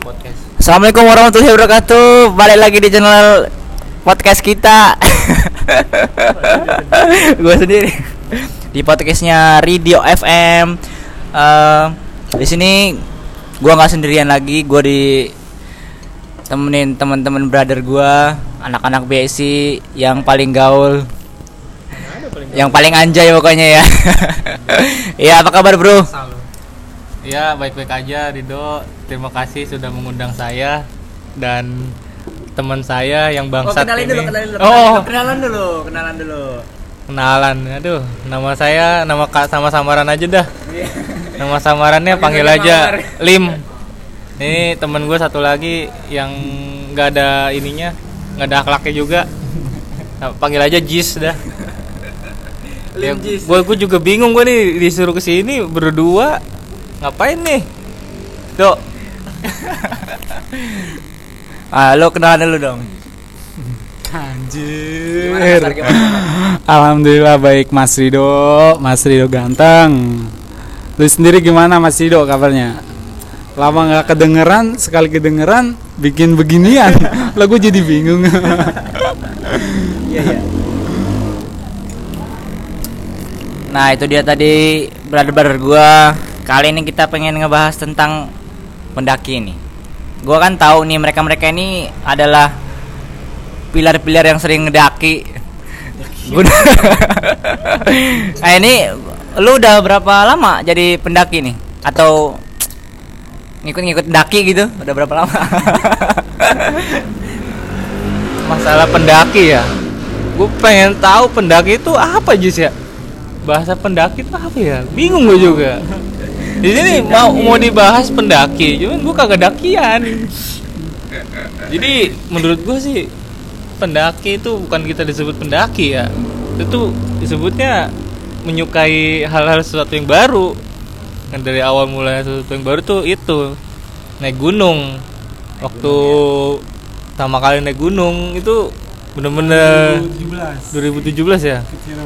podcast. Assalamualaikum warahmatullahi wabarakatuh. Balik lagi di channel podcast kita. Gue sendiri di podcastnya Radio FM. Di sini gue nggak sendirian lagi. Gue ditemenin teman-teman brother gue, anak-anak BSI yang paling gaul, yang paling anjay pokoknya ya. Ya, apa kabar bro? Ya, baik-baik aja Rido. Terima kasih sudah mengundang saya dan teman saya yang bangsat ini. Kenalan dulu. Kenalan. Aduh, nama saya sama samaran aja dah. Nama samarannya panggil aja Lim. Ini temen gue satu lagi yang nggak ada ininya, nggak ada akhlaknya juga. Nah, panggil aja Jis dah. Ya, gue juga bingung, gue nih disuruh kesini berdua. Ngapain nih? Dok. Lo kenalan dulu dong. Anjir. Alhamdulillah baik Mas Rido ganteng. Lu sendiri gimana Mas Rido kabarnya? Lama gak kedengeran, sekali kedengeran bikin beginian. Lah gue jadi bingung. Iya. Nah, itu dia tadi brother gue. Kali ini kita pengen ngebahas tentang pendaki ini. Gua kan tahu nih mereka ini adalah pilar-pilar yang sering ngedaki. Nah, ini lu udah berapa lama jadi pendaki nih? Atau ngikut daki gitu? Udah berapa lama? Masalah pendaki ya. Gue pengen tahu pendaki itu apa Jis ya? Bahasa pendaki itu apa ya? Bingung gue juga. Di sini mau dibahas pendaki, cuman gue kagak dakian. Jadi menurut gue sih pendaki itu bukan kita disebut pendaki ya. Itu disebutnya menyukai hal-hal sesuatu yang baru. Kan dari awal mulai sesuatu yang baru tuh itu naik gunung. Waktu pertama kali naik gunung itu bener-bener 2017 ya.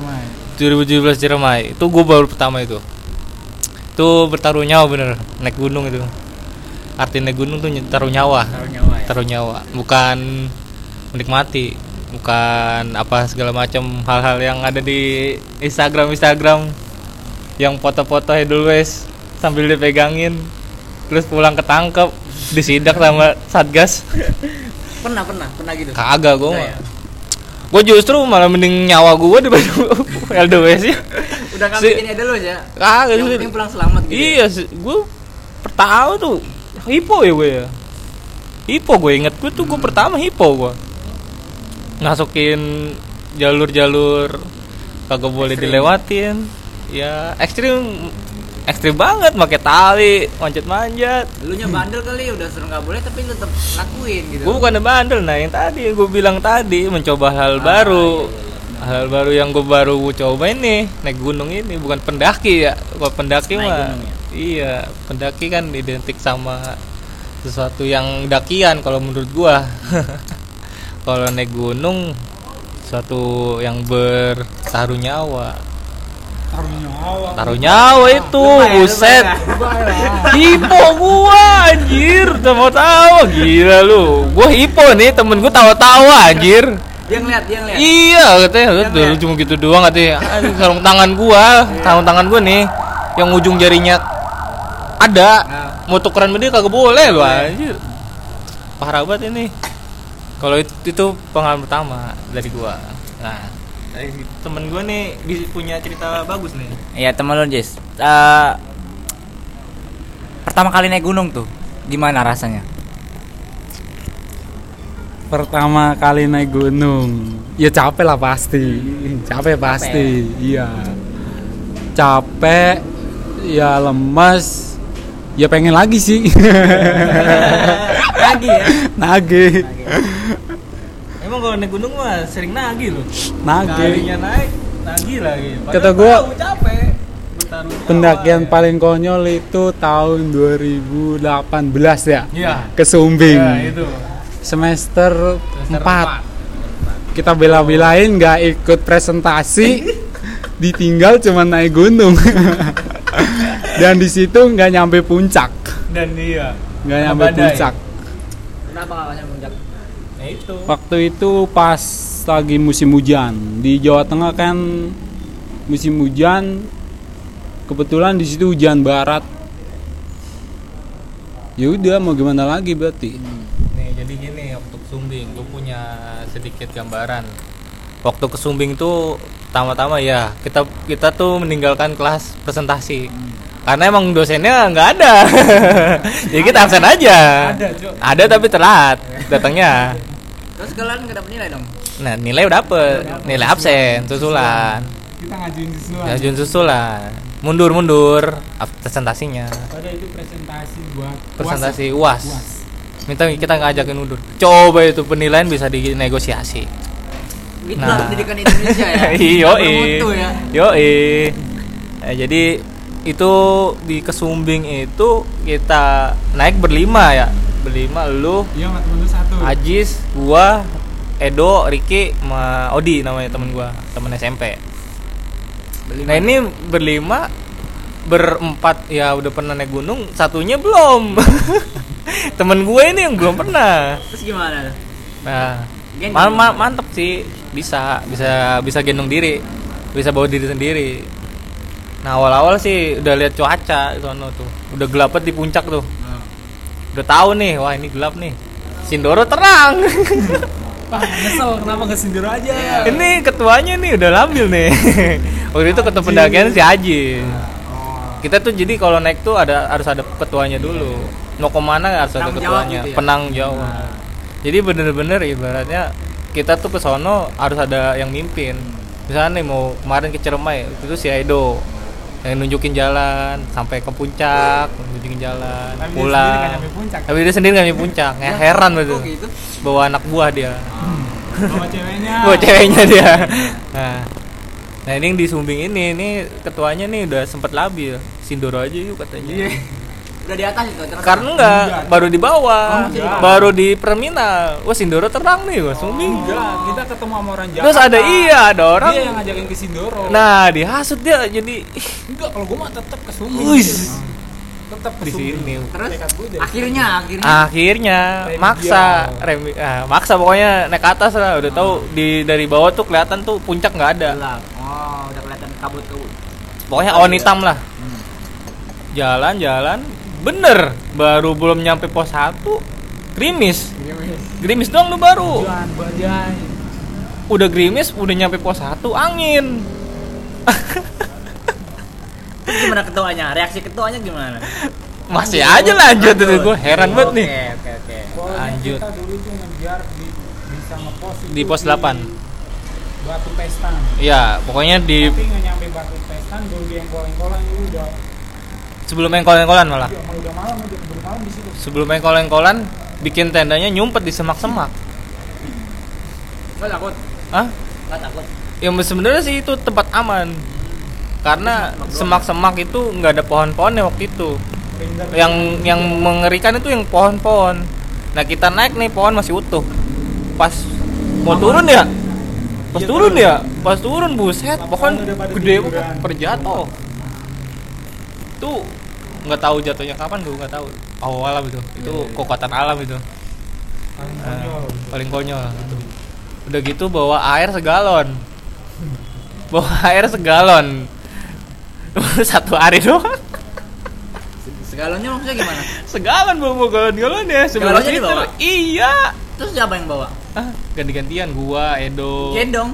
2017 Ciremai. Itu gue baru pertama itu bertaruh nyawa bener, naik gunung itu. Arti naik gunung tuh taruh nyawa. Taruh nyawa, bukan menikmati, bukan apa segala macam hal-hal yang ada di Instagram yang foto-foto Edelweiss sambil dipegangin, terus pulang ketangkep, disidak sama Satgas. Pernah gitu. Kagak gue mah. Gue justru malah mending nyawa gue dibanding Edelweiss ya. Udah ngamitin dulu ya. Kagak yang penting pulang selamat gitu. Iya sih, gue pertama tuh hipo ya gue ya. Hipo gue inget gue pertama hipo gue. Masukin jalur-jalur kagak boleh dilewatin. Ya ekstrim banget, pakai tali, manjat. Lu nya bandel kali, udah suruh enggak boleh tapi lu tetap lakuin gitu. Gue bukan bandel, nah yang tadi gue bilang tadi mencoba hal baru. Iya. Hal baru yang gue baru coba ini naik gunung ini, bukan pendaki ya. Kalau pendaki mah iya, pendaki kan identik sama sesuatu yang dakian kalau menurut gue. Kalau naik gunung sesuatu yang bertaruh nyawa. Taruh nyawa itu, buset. Hipo gua anjir, udah mau tahu gila lu. Gua hipo nih, temen gua tawa-tawa anjir. Dia ngeliat. Iya, katanya lu cuma gitu doang katanya. Sarung tangan gua nih yang ujung jarinya ada. Mau tukeran sama dia kagak boleh lu anjir. Parah banget ini. Kalau itu pengalaman pertama dari gua. Nah, temen gue nih punya cerita bagus nih. Iya, temen lu Jess. Pertama kali naik gunung tuh gimana rasanya? Pertama kali naik gunung, ya capek lah pasti. Iya. Capek, ya lemas, ya pengen lagi sih. Nagih. Emang kalau naik gunung mah sering nagih loh. Kalinya naik, nagih lagi. Kata gue capek. Pendakian paling konyol itu tahun 2018 ya. Iya. Ke Sumbing. Ya, itu. Semester 4. Kita bela-belain gak ikut presentasi, ditinggal cuma naik gunung. Dan di situ nggak nyampe puncak. Dan iya. Nggak nyampe puncak. Kenapa nggak masih puncak? Nah itu. Waktu itu pas lagi musim hujan di Jawa Tengah kan, musim hujan, kebetulan di situ hujan barat. Ya udah mau gimana lagi berarti. Nih jadi gini, waktu ke Sumbing gue punya sedikit gambaran. Waktu ke Sumbing tuh pertama-tama ya kita tuh meninggalkan kelas presentasi. Karena emang dosennya nggak ada. Jadi kita absen aja. Ada tapi telat datangnya. Terus kalian nggak dapet nilai dong? Nah nilai udah dapet, nilai absen susulan. Kita ngajuin susulan. Ngajuin susulan. Mundur presentasinya. Padahal itu presentasi buat Presentasi UAS. Minta kita ngajakin mundur. Coba itu penilaian bisa dinegosiasi. Itulah pendidikan Indonesia ya. Yoi. Bermutu ya. Yoi. Jadi itu di Kesumbing itu kita naik berlima ya. Berlima lu, Iya, sama temen lu satu. Ajis, gua, Edo, Ricky, sama Odi namanya temen gua, temen SMP. Nah ini berlima, berempat ya udah pernah naik gunung, satunya belum. Temen gue ini yang belum pernah. Terus gimana? Nah, Gendong. mantep sih, bisa gendong diri, bisa bawa diri sendiri. Nah awal-awal sih udah lihat cuaca di sono tuh, udah gelap banget di puncak tuh, udah tahu nih, wah ini gelap nih. Sindoro terang. Pak, nyesel kenapa nggak sendiri aja? Ini ketuanya nih udah labil nih. Waktu itu ketua pendakian si Haji. Kita tuh jadi kalau naik tuh harus ada ketuanya dulu. Mau kemana harus ada Penanggung jawab ketuanya, gitu ya? penanggung jawab. Jadi bener-bener ibaratnya kita tuh ke sono harus ada yang mimpin. Misalnya nih mau kemarin ke Ciremai, itu si Edo yang nunjukin jalan sampai ke puncak, nunjukin jalan, pulang. Tapi dia sendiri nggak nyampe puncak, ya heran betul. Kok gitu? Bawa anak buah dia. Bawa ceweknya. Bawa ceweknya dia. Nah ini yang di Sumbing ini ketuanya nih udah sempet labil. Sindoro aja yuk katanya. Udah di atas itu terus. Karena enggak, baru di bawah, masih di bawah. baru di terminal. Wah Sindoro terang nih, wah Sumbing. Enggak, kita ketemu sama orang Jakarta. Terus ada orang. Dia yang ngajakin ke Sindoro. Nah dihasut dia jadi Enggak, kalau gua mah tetap ke Sumbing. Wis. Tetap ke di Sumbing. sini. Terus Tekad gua dari akhirnya Maksa pokoknya naik ke atas lah. Udah tahu dari bawah tuh kelihatan tuh puncak nggak ada. gelap. Oh, udah kelihatan kabut-kabut. Pokoknya awan hitam lah. Jalan bener baru belum nyampe pos 1 gerimis doang lu baru Badai. udah gerimis udah nyampe pos 1 angin. Terus gimana ketuanya? Reaksi ketuanya gimana? Masih aja lanjut itu gue heran banget nih. Oke. Pokoknya Lanjut. kita dulu tuh ngejar bisa ngepost itu Di pos 8. Batu Pestan. Ya pokoknya di Tapi nggak nyampe Batu Pestan, baru di engkol-engkolan itu udah sebelum engkol-engkolan malah. udah malam, udah keburu malam di situ. Sebelum engkol-engkolan bikin tendanya nyumpet di semak-semak. Enggak takut. Hah? Enggak takut. Ya sebenarnya sih itu tempat aman. Karena semak-semak itu nggak ada pohon-pohonnya waktu itu. Yang mengerikan itu yang pohon-pohon. Nah kita naik nih pohon masih utuh. Pas mau turun ya, pas turun buset, pohon gede banget, perjatuh. Tuh nggak tahu jatuhnya kapan, gue nggak tahu. Alam itu kekuatan alam itu. Paling konyol. Udah gitu bawa air segalon. Satu hari doang. Segalonnya maksudnya gimana? Segalon bawa galon ya. Galonnya dibawa? Iya. Terus siapa yang bawa? Ganti-gantian gua, Edo. Gendong.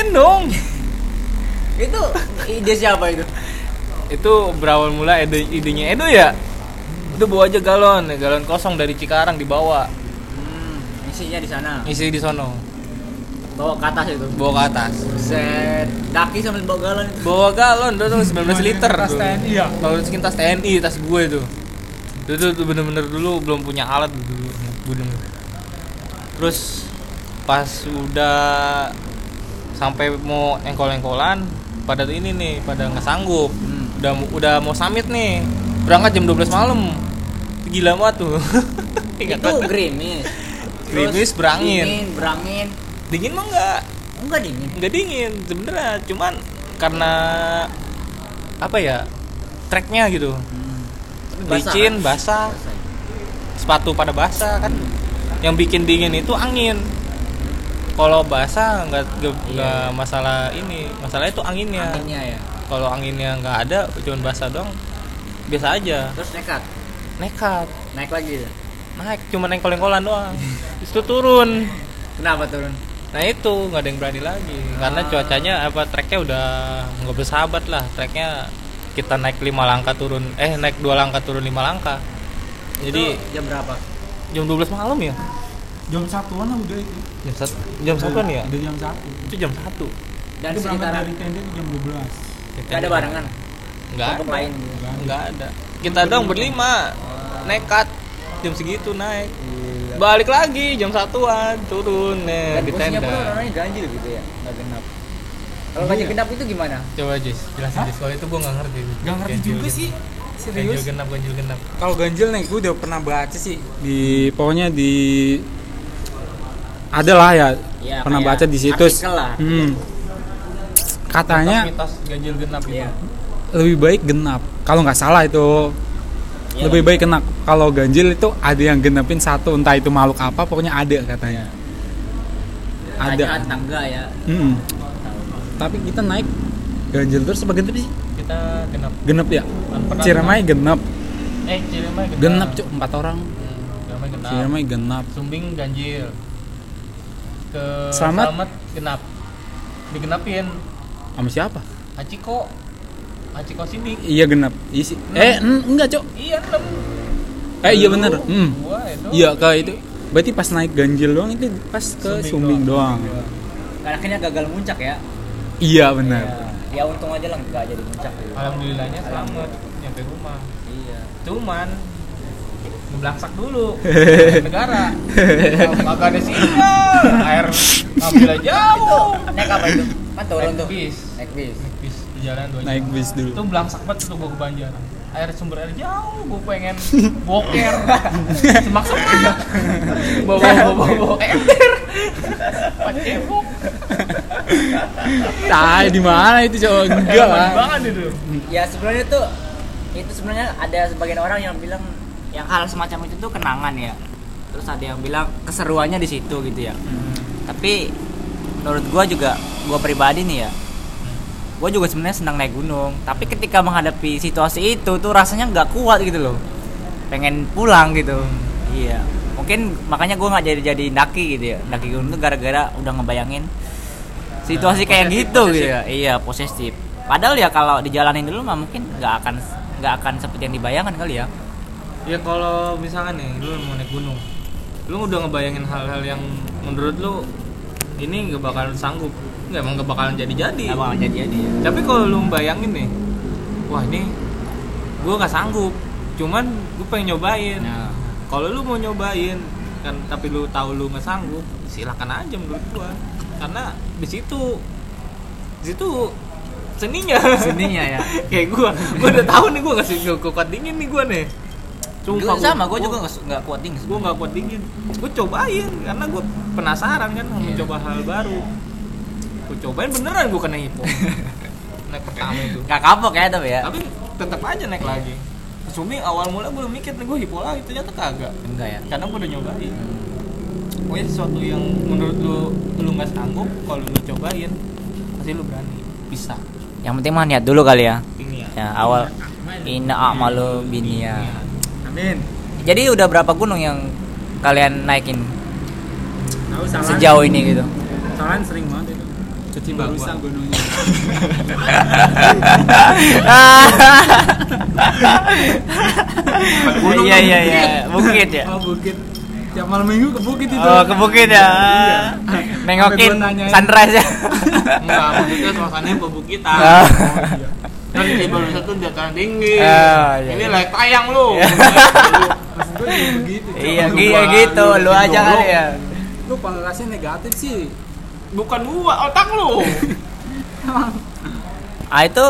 Itu ide siapa itu? Itu berawal mula idenya Edo ya. Udah bawa aja galon kosong dari Cikarang dibawa. Isinya di sana. Isi di sono. Bawa ke atas itu. Bawa ke atas. Set. Daki sambil bawa galon itu. Bawa galon tuh 19 liter. Tas TNI ya? Kalau sekitar TNI tas gue itu. Itu bener-bener dulu belum punya alat dulu. Bener. Terus pas udah sampai mau engkol-engkolan pada ini nih, pada nggak sanggup. Udah mau summit nih. Berangkat jam 12 malam. Gila banget tuh. Itu gerimis. Gerimis berangin. Berangin. Dingin mah enggak. Enggak dingin. Sebenarnya cuman karena apa ya? Treknya gitu. Licin, basah. Sepatu pada basah kan. Yang bikin dingin itu angin. Kalau basah nggak masalah ini, masalah itu anginnya. Anginnya ya. Kalau anginnya nggak ada, cuma basah doang, biasa aja. Terus nekat Naik lagi. naik, cuma engkol-engkolan doang. Itu turun. Kenapa turun? Nah itu nggak ada yang berani lagi, karena cuacanya treknya udah nggak bersahabat lah. Treknya kita naik 5 langkah turun, naik 2 langkah turun 5 langkah. Jadi itu jam berapa? jam 12 malam ya. Jam 1-an lah udah itu. Jam 1 ya? Udah jam 1. Itu jam 1. Dan Itu berangkat sekitaran dari tenda itu jam 12. nggak ada barengan. Nggak Kelompok ada. lain gitu. Nggak ada. Kita dong berlima nekat jam segitu naik. Balik lagi jam 1-an turun Dan di posisinya tenda. pun orangnya ganjil gitu ya, nggak genap. Kalau ganjil genap itu gimana? Coba Jis, jelasin Jis. Soalnya itu gua nggak ngerti. Gak ngerti Ganjil juga genap. sih. Serius. Ganjil genap. Kalau ganjil nih gue udah pernah baca sih di pokoknya di ada lah ya, Ya, pernah kayak baca di situs. artikel lah. Katanya Mitos ganjil genap itu. Iya. lebih baik genap. Kalau nggak salah itu Iya. lebih baik genap. Kalau ganjil itu ada yang genapin satu, entah itu makhluk apa, pokoknya ada katanya. Ada. Hanya tangga ya. Tapi kita naik ganjil terus apa genap sih? Kita genap. Genap ya. Pernah Ciremai genap. Ciremai genap. Genap cuk 4 orang. Ciremai genap. Ciremai genap. Sumbing ganjil. Ke Selamat. Selamat genap. Digenapin. Sama siapa? Hachiko Sidik. Iya genap. Isi. Enggak, Cok. Iya 6. Iya bener. Gua itu. Iya ke itu. Berarti pas naik ganjil doang itu pas ke Sumbing doang. Dan akhirnya gagal muncak ya. Iya benar. Ya untung aja lah nggak jadi muncak. Alhamdulillahnya selamat nyampe rumah. Iya. Cuman ngeblangsak dulu negara. Kagak ada sinyal. Air ngambil jauh. Naik apa itu? Kan turun tuh. Naik bis di jalan 2 jam. Naik bis dulu. Itu belangsak banget tuh gua kebanjaran. Sumber air jauh, gua pengen boker. Semak-semak. Bawa ember. Pacebok. Tai di mana itu, Cok? Enggak lah. Banget itu. Ya sebenarnya tuh itu sebenarnya ada sebagian orang yang bilang yang hal semacam itu tuh kenangan ya. Terus ada yang bilang keseruannya di situ gitu ya. Tapi menurut gua pribadi nih ya, gua juga sebenarnya senang naik gunung. Tapi ketika menghadapi situasi itu tuh rasanya nggak kuat gitu loh. Pengen pulang gitu. Iya. Mungkin makanya gua nggak jadi daki gitu ya. Daki gunung tuh gara-gara udah ngebayangin situasi kayak gitu gitu ya. Iya, posesif. Padahal ya kalau dijalanin dulu mah mungkin nggak akan seperti yang dibayangkan kali ya. Ya kalau misalkan nih lu mau naik gunung, lu udah ngebayangin hal-hal yang menurut lu ini nggak bakalan sanggup, emang nggak bakalan jadi-jadi. Nggak bakal jadi ya. Tapi kalau lu bayangin nih, wah ini gue nggak sanggup, cuman gue pengen nyobain. Nah. Kalau lu mau nyobain kan, tapi lu tahu lu nggak sanggup, silakan aja menurut gua. Karena di situ seninya Ya. kayak gua udah tahu nih gua nggak kuat dingin nih gua nih. Sumpah sama, gue juga nggak kuat dingin. Gue nggak kuat dingin. Gue cobain karena gue penasaran kan mau mencoba hal baru. Gue cobain beneran gue kena hipo. Naik pertama itu. Gak kapok ya tapi ya. Tapi tetap aja naik lagi. Sumbing awal mula gue mikir nih gue hipo lagi, ternyata kagak. Enggak ya. Karena gue udah nyobain. Pokoknya sesuatu yang menurut lu nggak sanggup, kalau lu cobain pasti lu berani, bisa. Yang penting mah niat dulu kali ya. Ini Ya awal inna a'malu binniyat. Amin. Jadi udah berapa gunung yang kalian naikin sejauh ini gitu? Soalnya sering banget itu. Cuci barusan gunungnya. Iya. Bukit ya. Oh, bukit. Tiap malam minggu ke bukit itu. Oh, ke bukit ya. Nengokin Sampai gua nanyain. sunrise ya. enggak, maksudnya suasananya pebukitan. Oh. Kan di Indonesia tuh dataran tinggi. Iya. Ini like tayang lu. Maksud gue juga begitu. Cok. Iya Lu gitu, lu aja goblok. kali ya. Lu pengalasannya negatif sih. Bukan gua, otak lu. Itu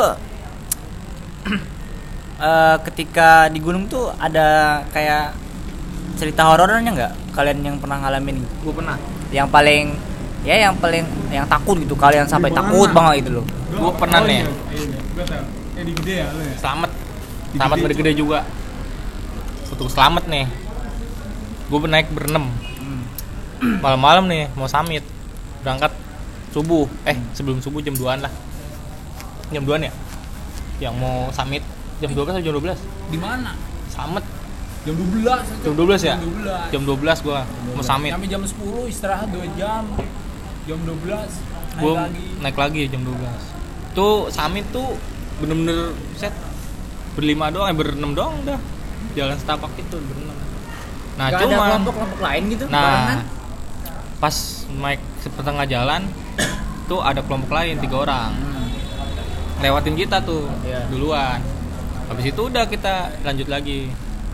ketika di gunung tuh ada kayak cerita horornya nggak? Kalian yang pernah ngalamin? Gua pernah. Yang paling yang takut gitu, kalian sampai Di mana? takut banget gitu loh. Gua pernah nih. Gua tahu. Di gede ya lu ya. Selamat gede juga. Untuk selamat nih. Gue naik berenam Malam-malam nih mau summit. Berangkat subuh. Sebelum subuh jam 2-an lah. Jam 2-an ya? Yang mau summit jam 12 atau jam 12? Di mana? Summit Jam 12. jam 12 ya? Jam 12. Jam 12 gua mau summit. Sampai jam 10 istirahat 2 jam. Jam 12 Gua naik lagi jam 12. Tuh summit tuh bener-bener set berlima doang, berenam doang dah. Jalan setapak itu berenam. Nah, Gak ada kelompok-kelompok lain gitu barengan? Nah, pas naik setengah jalan tuh ada kelompok lain 3 orang. Lewatin kita tuh duluan. Habis itu udah kita lanjut lagi.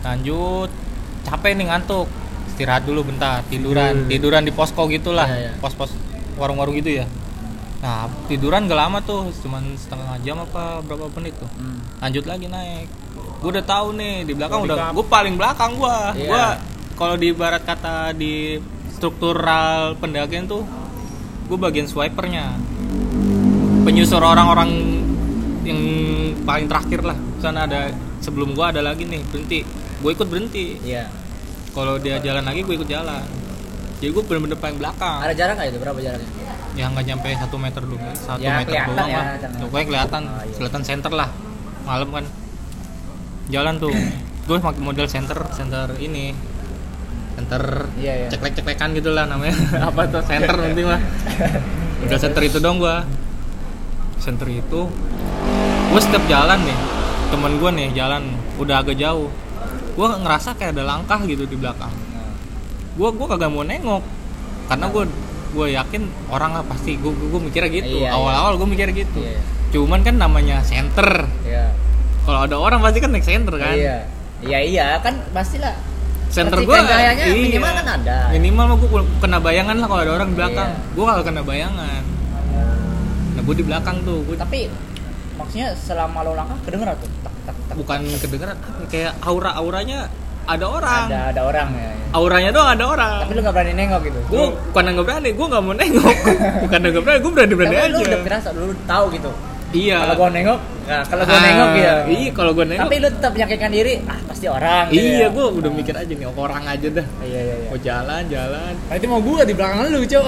Capek nih, ngantuk. Istirahat dulu bentar, tiduran di posko gitulah. Pos-pos warung-warung gitu ya. Nah, tiduran gak lama tuh, cuman setengah jam apa berapa menit tuh. Lanjut lagi naik. Gue udah tahu nih di belakang gue paling belakang gua. Gua kalau di ibarat kata di struktural pendakian tuh gue bagian swipernya. Penyusur orang-orang yang paling terakhir lah. Sana ada sebelum gua ada lagi nih berhenti. Gue ikut berhenti. Iya. Kalau dia jalan lagi gue ikut jalan. Jadi gue bener-bener paling belakang. Ada jarak nggak itu? Berapa jaraknya? Ya nggak nyampe 1 meter dulu, 1 Ya, meter kelihatan doang ya, lah. Pokoknya kelihatan, kelihatan center lah. Malam kan. Jalan tuh. Gue pakai model center ini. Center ceklek-ceklekan gitu lah namanya. Apa tuh center penting lah. Udah center itu dong gue. Center itu. Gue setiap jalan nih, teman gue nih jalan udah agak jauh. Gue ngerasa kayak ada langkah gitu di belakang. Gue kagak mau nengok karena gue yakin orang lah pasti. Gue mikirnya gitu. Awal-awal gue mikirnya gitu. Cuman kan namanya center. Kalau ada orang pasti kan naik center kan. Iya kan pastilah. Center pasti gue kayaknya minimal kan ada. Minimal mah gue kena bayangan lah kalau ada orang di belakang. Gue kagak kena bayangan. Nah gue di belakang tuh. Tapi maksudnya selama lo langkah kedengeran tuh tak. Bukan kedengeran, kayak auranya ada orang. Ada orang ya. Auranya doang ada orang. Tapi lu nggak berani nengok gitu. Gue bukan nggak berani, gue nggak mau nengok. Bukan nggak berani, gue berani tapi aja. Lu udah pirasa, lu tahu gitu. Iya. Kalau gue nengok, kalau gue nengok ya. Iya, kalau gue nengok. Tapi lu tetap meyakinkan diri, pasti orang. Iya, gitu ya. gue udah mikir aja nih orang aja dah. Iya. Mau jalan. Nah, itu mau gue di belakang lu, Cok.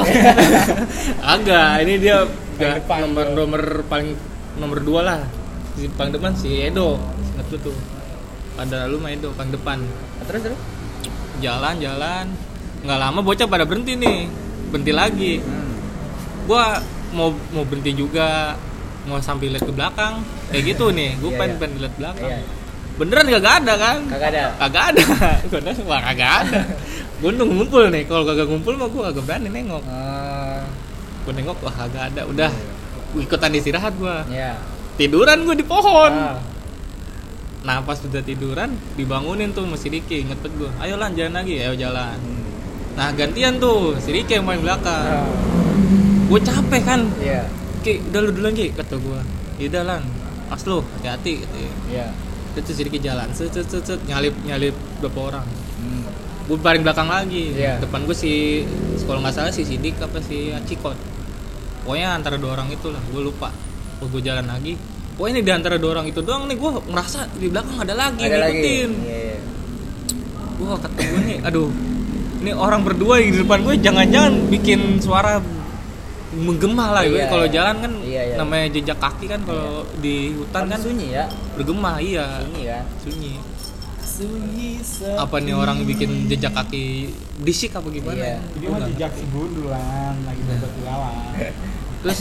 Agak, ini dia depan, nomor paling nomor 2 lah. Si paling depan si Edo. Ingat lu tuh. Ada lu mah Edo paling depan. Terus Jalan. Nggak lama bocah pada berhenti nih. Berhenti lagi. Gua mau berhenti juga, mau sambil lihat ke belakang. Kayak gitu nih. Gua pengen lihat belakang. Beneran kagak ada kan? Kagak ada. Wah, kagak ada. Gua ngumpul nih. Kalau kagak ngumpul mah gua kagak berani nengok. Gua nengok wah kagak ada. Udah ikutan istirahat gua. Tiduran gue di pohon. Nah pas udah tiduran dibangunin tuh sama si Riki, inget banget gue. Ayo lan jalan lagi, ayo jalan. Nah gantian tuh si Riki yang paling belakang. Gue capek kan. Ki udah lu duluan Ki kata gue. Yaudah lan, pas lu hati-hati gitu ya. Itu si Riki jalan, set nyalip berapa orang. Gue paling belakang lagi. Depan gue si kalau nggak salah si Sidik apa si Acikot. Pokoknya antara 2 orang itulah, gue lupa. Gue jalan lagi, pokoknya ini di antara 2 orang itu doang nih gue ngerasa di belakang ada lagi ngikutin. Gue kata gue nih, aduh, ini orang berdua di depan gue jangan-jangan bikin suara menggema lah. Kalau jalan kan namanya jejak kaki kan kalau di hutan kan sunyi ya, bergema. Sunyi. Apa nih orang bikin jejak kaki disik apa gimana? Dia mah jejak si gundulan lagi berpetualang. Terus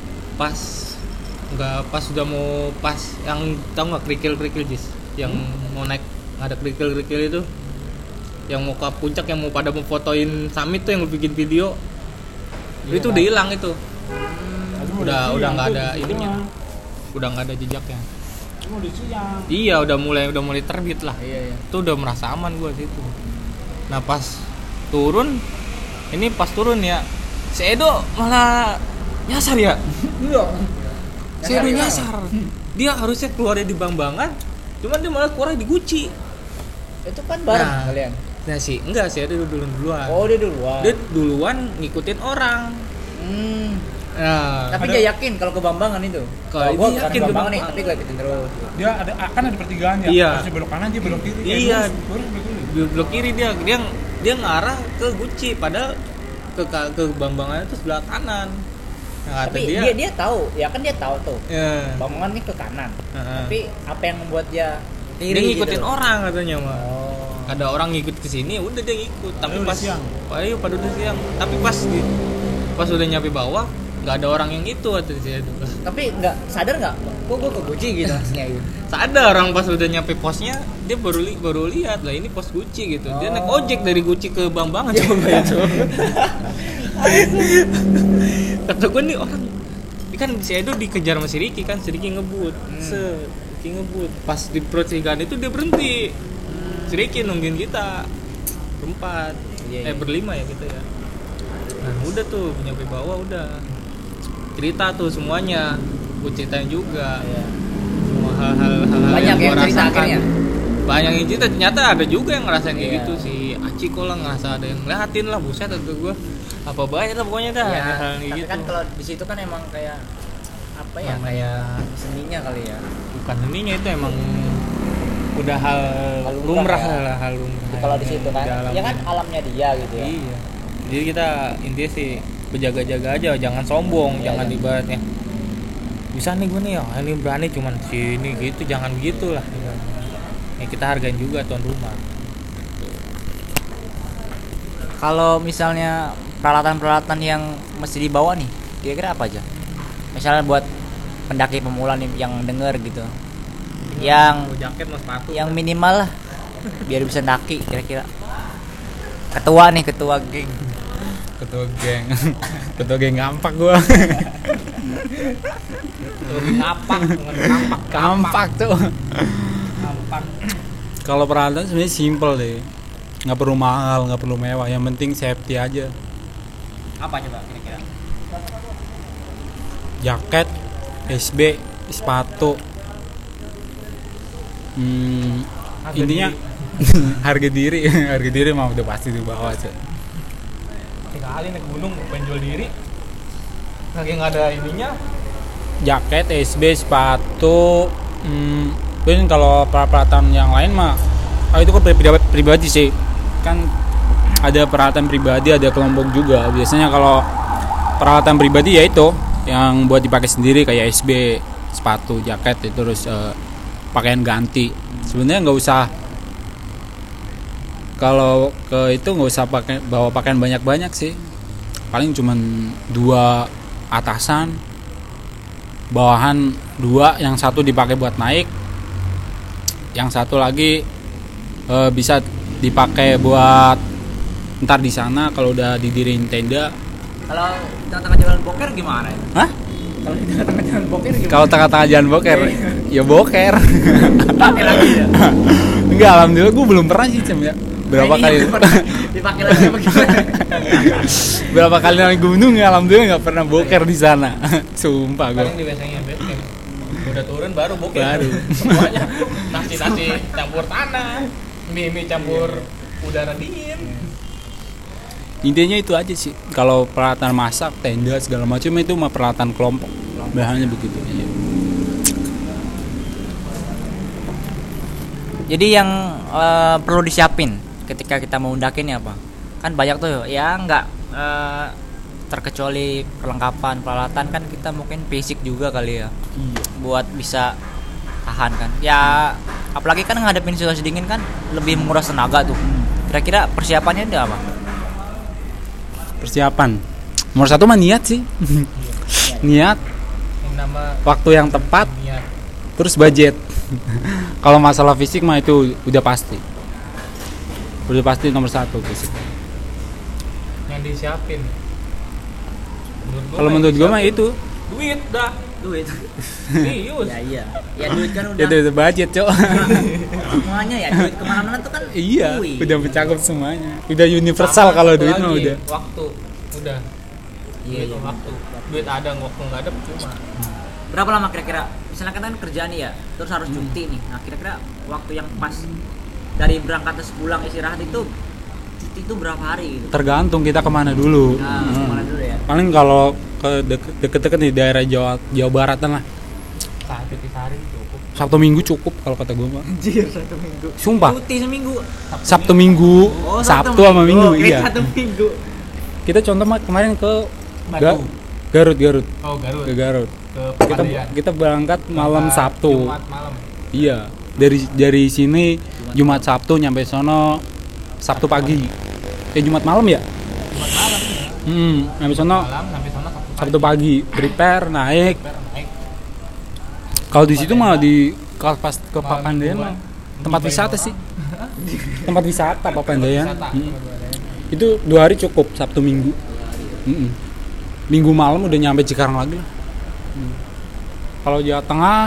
pas sudah mau yang tahu nggak kerikil Jis yang mau naik ada kerikil itu yang mau ke puncak yang mau pada mau fotoin summit tuh yang bikin video itu udah hilang itu udah nggak ada ininya udah nggak ada jejaknya udah mulai terbit lah itu udah merasa aman gue situ. Nah pas turun ya si Edo malah nyasar ya. Si Edo nyasar. Dia harusnya keluarnya di Bambangan, cuman dia malah keluar di Guci. Itu kan bareng kalian. Nah enggak sih, dia duluan. Oh, dia duluan. Dia duluan ngikutin orang. Nah, tapi dia yakin kalau ke Bambangan itu. Kalau gua yakin ke Bambangan nih, tapi gua ikutin terus. Dia ada pertigaan ya. Iya. Harusnya belok kanan, dia belok kiri. Iya. Belok kiri dia dia ngarah ke Gucci, padahal ke Bambangan itu sebelah kanan. Nah, kata Tapi dia tahu, ya kan dia tahu tuh. ya, Bambangan ini ke kanan. Heeh. Tapi apa yang membuat dia dia iri ngikutin gitu? orang katanya mah. Oh. Ada orang ngikut ke sini, udah dia ngikut. Tapi Padahal pas udah siang. ayo pada udah siang. Tapi pas udah nyampe bawah, nggak ada orang yang itu kata dia itu. Tapi nggak sadar nggak? Kok gue ke Gucci gitu maksudnya gitu. Sadar orang pas udah nyampe posnya, dia baru lihat lah ini pos Gucci gitu. Dia naik ojek dari Gucci ke Bambangan coba itu. Kata gue nih orang, ini kan si Edo dikejar sama si Ricky kan, si Ricky ngebut, Ricky ngebut. Pas di pertigaan itu dia berhenti. Si Ricky nungguin kita berempat, Iya. berlima ya gitu ya. Nah udah tuh nyampe bawah udah cerita tuh semuanya, gue ceritain juga. Iya. Semua hal-hal Banyak yang yang gue cerita rasakan. akhirnya? Banyak yang cerita, ternyata ada juga yang ngerasain kayak Iya. gitu. Si Aciko lah ngerasa ada yang ngeliatin lah, buset kata gue apa banyak lah pokoknya dah Ya, hal kayak tapi gitu. kan kalau di situ kan emang kayak apa ya? Namanya- Kayak seninya kali ya. bukan ininya itu emang udah hal Hal lumrah lumrah ya. lah, hal lumrah Kalau di yang situ kan, di alam ya kan ini. alamnya dia gitu ya. Iya, jadi kita intinya sih berjaga-jaga aja, jangan sombong, Iya, jangan iya. ibaratnya bisa nih gue nih, ini berani cuman sini gitu, jangan gitu lah. Ya kita hargain juga tuan rumah. Kalau misalnya peralatan-peralatan yang mesti dibawa nih, kira-kira apa aja? Misalnya buat pendaki pemula nih yang denger gitu. Yang Mau jaket, mau sepatu. yang minimal lah biar bisa daki kira-kira. Ketua geng. Ketua geng. Ketua geng ngampak gua. lebih kapak, dengan kapak. Kampak tuh. Kapak. Kalau peralatan sebenarnya simple deh. Nggak perlu mahal, nggak perlu mewah. Yang penting safety aja. Apa coba kira-kira? Jaket, SB, sepatu. Harga Intinya harga diri mah udah pasti di bawah aja. Sekali naik gunung pengen jual diri, lagi nggak ada ininya. Jaket, SB, sepatu. Mungkin kalau peralatan yang lain mah, itu kan pribadi sih. Kan ada peralatan pribadi, ada kelompok juga. Biasanya kalau peralatan pribadi ya itu yang buat dipakai sendiri kayak SB, sepatu, jaket, itu terus pakaian ganti. Sebenarnya nggak usah, kalau ke itu nggak usah bawa pakaian banyak-banyak sih. Paling cuman 2 atasan, bawahan 2, yang satu dipakai buat naik, yang satu lagi bisa dipakai buat ntar di sana kalau udah didiriin tenda. Kalau tengah-tengah jalan boker gimana ya? Hah? Kalau di tengah-tengah jalan boker gimana? Kalau tengah-tengah jalan boker, ya boker. Pakai lagi ya? Enggak, alhamdulillah gue belum pernah sih Cem ya. Berapa Ini kali? dipakai lagi apa gimana? Berapa kali naik gunung ya, alhamdulillah nggak pernah boker di sana. Sumpah gue. Paling di biasanya base camp. Udah turun baru boker. Baru. Semuanya nasi campur tanah, mie campur udara dingin. Intinya itu aja sih. Kalau peralatan masak, tenda segala macam itu mah peralatan kelompok. Bahannya begitu. Iya. Jadi yang perlu disiapin ketika kita mau mendakinya apa? Kan banyak tuh ya nggak terkecuali perlengkapan peralatan, kan kita mungkin fisik juga kali ya. Iya. Buat bisa tahan kan. Ya apalagi kan ngadepin situasi dingin kan lebih menguras tenaga tuh. Kira-kira persiapannya ada apa? Persiapan. Nomor 1 mah niat sih. Niat, Yang nama waktu yang tepat, niat. terus budget. Kalau masalah fisik mah itu udah pasti. Udah pasti nomor 1 fisik. Yang disiapin. Kalau menurut gue mah itu. duit dah. Duit. Serius. Iya. Ya duit kan Ya udah budget, Cok. semuanya ya, duit kemana-mana tuh kan. Iya, duit. udah mencakup semuanya. Udah universal Sama kalau satu duit lagi, mah udah. waktu udah. Iya, Duit iya. waktu. Duit ada, waktu nggak ada cuma. Berapa lama kira-kira? Misalnya kan kerjaan nih ya, terus harus cuti nih. Nah, kira-kira waktu yang pas dari berangkat terus pulang istirahat itu cuti itu berapa hari gitu? Tergantung kita kemana dulu. Nah, kemana dulu ya? Paling kalau ke deket-deket di daerah Jawa Baratan lah. cuti sehari cukup. Sabtu Minggu cukup kalau kata gue mah. Anjir, 1 minggu. Sumpah. Cuti seminggu. Sabtu Minggu, Oh, Sabtu sama Minggu, iya. 1 minggu. Kita contoh kemarin ke Batu. Garut. Oh, Garut. Ke Garut. Ke Kita Pegadaian. kita berangkat malam Berangkat Sabtu. Jumat malam. Iya. Dari sini Jumat Sabtu nyampe sono Sabtu pagi. Jumat malam ya? Jumat malam ya. Nyampe sono Malam sampai sana Sabtu pagi. Prepare naik. naik. Kalau di situ mah kalau pas ke Papandayan mah tempat wisata sih. Tempat wisata Papandayan. Itu 2 hari cukup, Sabtu Minggu. Minggu malam udah nyampe Cikarang lagi lah. Kalau Jawa Tengah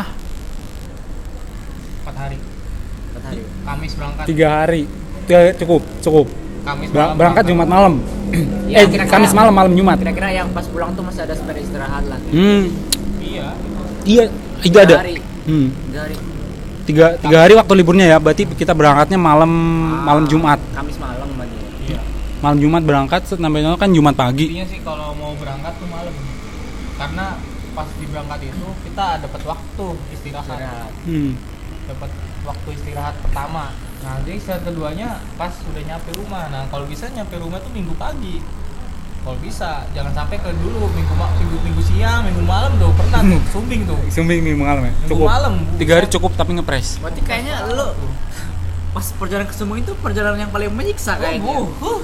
4 hari. 4 hari. Kamis berangkat. 3 hari. Cukup. Kamis malam. Berangkat Jumat malam. Ya, kira-kira- Kamis malam Jumat. Kira-kira yang pas pulang tuh masih ada spare istirahat lah. Iya. Iya, itu ada. 3 hari. 3 hari. 3 hari waktu liburnya ya. Berarti kita berangkatnya malam Jumat. Kamis malam lagi. Iya. Malam Jumat berangkat, sampai sana kan Jumat pagi. Intinya sih kalau mau berangkat tuh malam. Karena pas di berangkat itu kita dapat waktu istirahat. Dapat waktu istirahat pertama. Nah, jadi istirahat keduanya pas udah nyampe rumah. Nah, kalau bisa nyampe rumah tuh Minggu pagi. Kalau bisa, jangan sampai ke dulu minggu siang, Minggu malam tuh pernah tuh sumbing tuh. Sumbing Minggu malam ya. Minggu Cukup. malam. 3 hari cukup tapi ngepres. Berarti kayaknya lo pas perjalanan ke Sumbing itu perjalanan yang paling menyiksa kayaknya.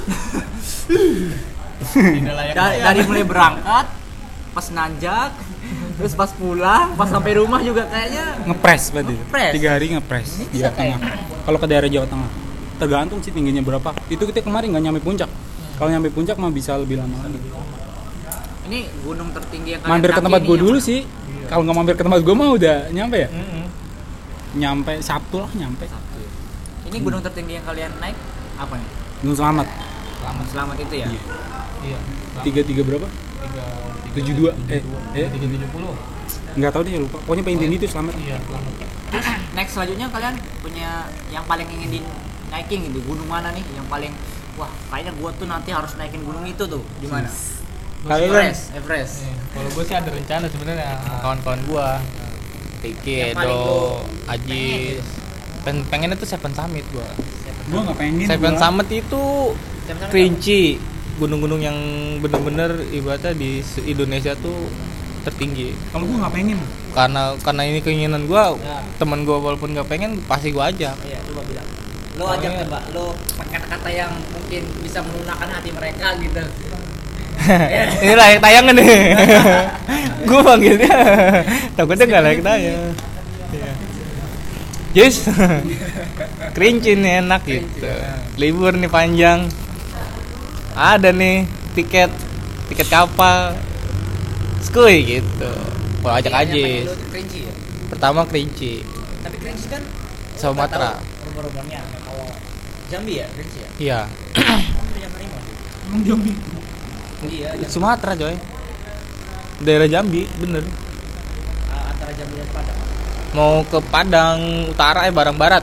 Tidak layak Dari mulai berangkat, pas nanjak, terus pas pulang, pas sampai rumah juga kayaknya Ngepres berarti. Ngepres. 3 hari ngepres Jawa Tengah. Kalau ke daerah Jawa Tengah tergantung sih tingginya berapa. Itu kita kemarin nggak nyampe puncak. Kalau nyampe puncak mah bisa lebih lama lagi. ini gunung tertinggi yang Mampir ke kaki tempat ini gue yang dulu mana? sih. Kalau nggak mampir ke tempat gue mah udah nyampe ya. Mm-mm. Nyampe Sabtu lah nyampe. Ini gunung tertinggi yang kalian naik apa nih? Gunung Selamat. Selamat itu ya? Iya. 3 berapa? 72. 370. Nggak tahu deh lupa. Pokoknya pengen tinggi itu Selamat. Iya, selamat. Next selanjutnya kalian punya yang paling ingin dinaikin gitu, gunung mana nih yang paling wah kayaknya gua tuh nanti harus naikin gunung itu tuh di mana? Kalian Everest. Kalau gue sih ada rencana sebenarnya sama kawan-kawan gue. Ricky, Yang paling Edo, lu Ajis. Pengennya tuh Seven Summit gue. gue nggak pengen. Seven gua. Summit itu kerinci, gunung-gunung yang bener-bener ibaratnya di Indonesia tuh tertinggi. Kalau gue nggak pengen. Karena ini keinginan gue, teman gue walaupun nggak pengen pasti gue ajak. Iya, coba bilang. Lo ajak coba, lo pakai kata-kata yang mungkin bisa melunakkan hati mereka gitu. Ini layak tayangan nih. Gue panggilnya takutnya nggak layak tayang. Iya. Yes, kerinci nih enak gitu. Libur nih panjang. Ada nih tiket kapal. Skuy gitu. Kalau ajak aja. Kerinci ya? Pertama kerinci. Tapi kerinci kan Sumatera. rumah-rumahnya kalau Jambi ya kerinci ya? Iya. Emang Jambi. Iya, Sumatera coy. Daerah Jambi, bener. antara Jambi dan Padang. Mau ke Padang Utara Barang Barat.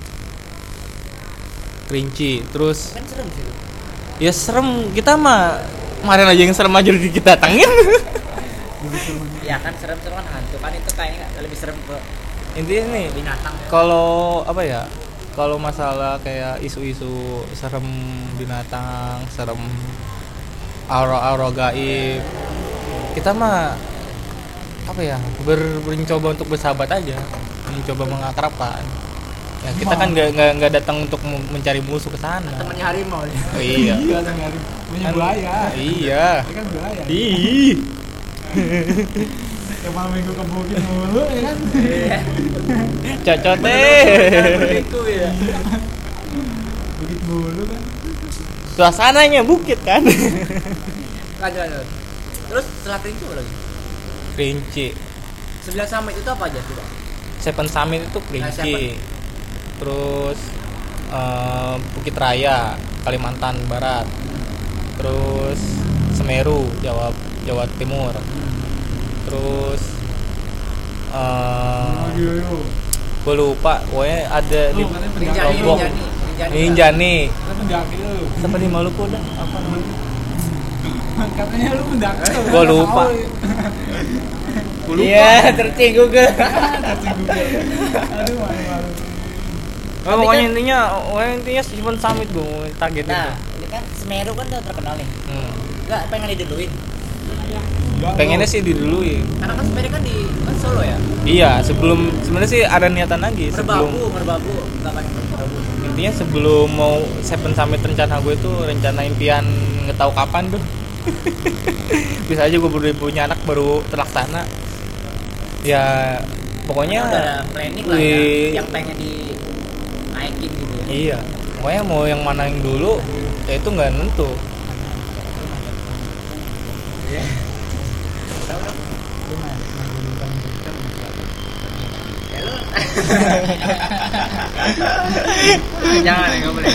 Kerinci, terus Kan serem sih. ya serem, kita mah kemarin aja yang serem aja udah kita datangin. Ya kan serem kan hantu kan itu kayaknya lebih serem ke Intinya nih, binatang. kalau apa ya, kalau masalah kayak isu-isu serem binatang, serem aura-aura gaib, kita mah apa ya, mencoba untuk bersahabat aja, mencoba mengakrabkan. Ya, kita kan nggak datang untuk mencari musuh ke sana. Temannya harimau. Oh, iya. Punya buaya. Iya. Ini kan buaya. Ih. Yang malam minggu ke bukit mulu ya kan. Cocote. Itu ya. Bukit mulu kan. Suasananya bukit kan. Lanjut. Terus setelah kerinci apa lagi? Kerinci. 9 summit itu apa aja coba? Seven Summit itu Kerinci. Seven. Terus Bukit Raya, Kalimantan Barat. Terus Semeru, Jawa Timur. Terus gue lupa, pokoknya ada di Lombok. Rinjani. Mendaki lu. Sama di Maluku udah apa namanya? Katanya lu mendaki. Gua lupa. Gua lupa. Iya, searching Google. Aduh, malu. Oh, pokoknya intinya Seven Summit gue target Nah, itu. ini kan Semeru kan udah terkenal nih. Enggak pengen diduluin. Pengennya sih diduluin. Karena kan Semeru kan di Solo ya. Iya, sebenarnya sih ada niatan lagi sebelum Merbabu, enggak kan Merbabu. intinya sebelum mau Seven Summit rencana gue itu rencana impian nggak tahu kapan tuh. Bisa aja gue baru punya anak baru terlaksana. Ya pokoknya Udah ada planning lah ya, yang pengen dinaikin gitu ya. Iya, pokoknya mau yang mana yang dulu ya itu nggak nentu. Jangan, enggak boleh.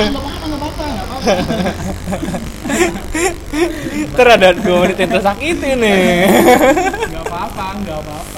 Ntar ada 2 menit yang tersakiti nih. Nggak apa-apa.